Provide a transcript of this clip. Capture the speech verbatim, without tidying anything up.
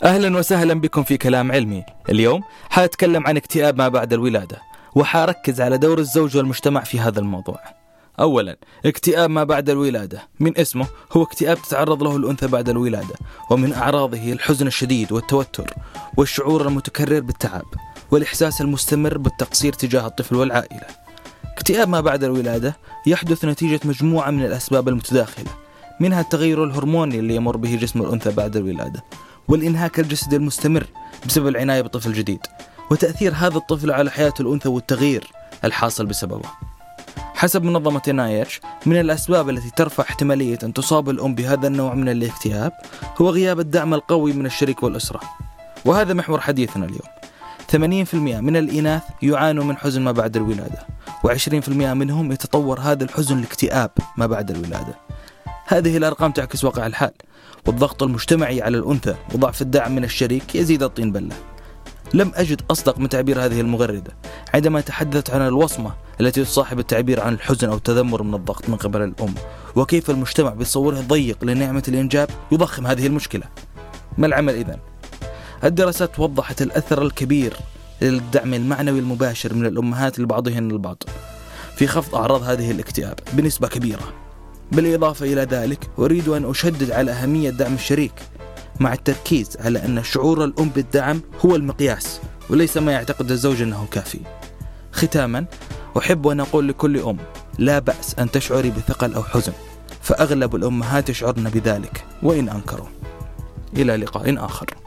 أهلا وسهلا بكم في كلام علمي. اليوم حأتكلم عن اكتئاب ما بعد الولادة، وحأركز على دور الزوج والمجتمع في هذا الموضوع. أولا، اكتئاب ما بعد الولادة من اسمه هو اكتئاب تتعرض له الأنثى بعد الولادة، ومن أعراضه الحزن الشديد والتوتر والشعور المتكرر بالتعب والإحساس المستمر بالتقصير تجاه الطفل والعائلة. اكتئاب ما بعد الولادة يحدث نتيجة مجموعة من الأسباب المتداخلة، منها التغير الهرموني اللي يمر به جسم الأنثى بعد الولادة، والإنهاك الجسدي المستمر بسبب العناية بطفل جديد، وتأثير هذا الطفل على حياة الأنثى والتغيير الحاصل بسببه. حسب منظمة إن آي إتش، من الأسباب التي ترفع احتمالية أن تصاب الأم بهذا النوع من الاكتئاب هو غياب الدعم القوي من الشريك والأسرة، وهذا محور حديثنا اليوم. ثمانين بالمئة من الإناث يعانوا من حزن ما بعد الولادة، وعشرين بالمئة منهم يتطور هذا الحزن لاكتئاب ما بعد الولادة. هذه الأرقام تعكس واقع الحال، والضغط المجتمعي على الأنثى وضعف الدعم من الشريك يزيد الطين بلة. لم أجد أصدق من تعبير هذه المغردة عندما تحدثت عن الوصمة التي تصاحب التعبير عن الحزن أو التذمر من الضغط من قبل الأم، وكيف المجتمع بتصوره ضيق لنعمة الإنجاب يضخم هذه المشكلة. ما العمل إذن؟ الدراسات وضحت الأثر الكبير للدعم المعنوي المباشر من الأمهات لبعضهن البعض في خفض أعراض هذه الاكتئاب بنسبة كبيرة. بالإضافة إلى ذلك، أريد أن أشدد على أهمية دعم الشريك، مع التركيز على أن شعور الأم بالدعم هو المقياس وليس ما يعتقد الزوج أنه كافي. ختاما، أحب أن أقول لكل أم: لا بأس أن تشعري بثقل أو حزن، فأغلب الأمهات يشعرن بذلك وإن أنكروا. إلى لقاء آخر.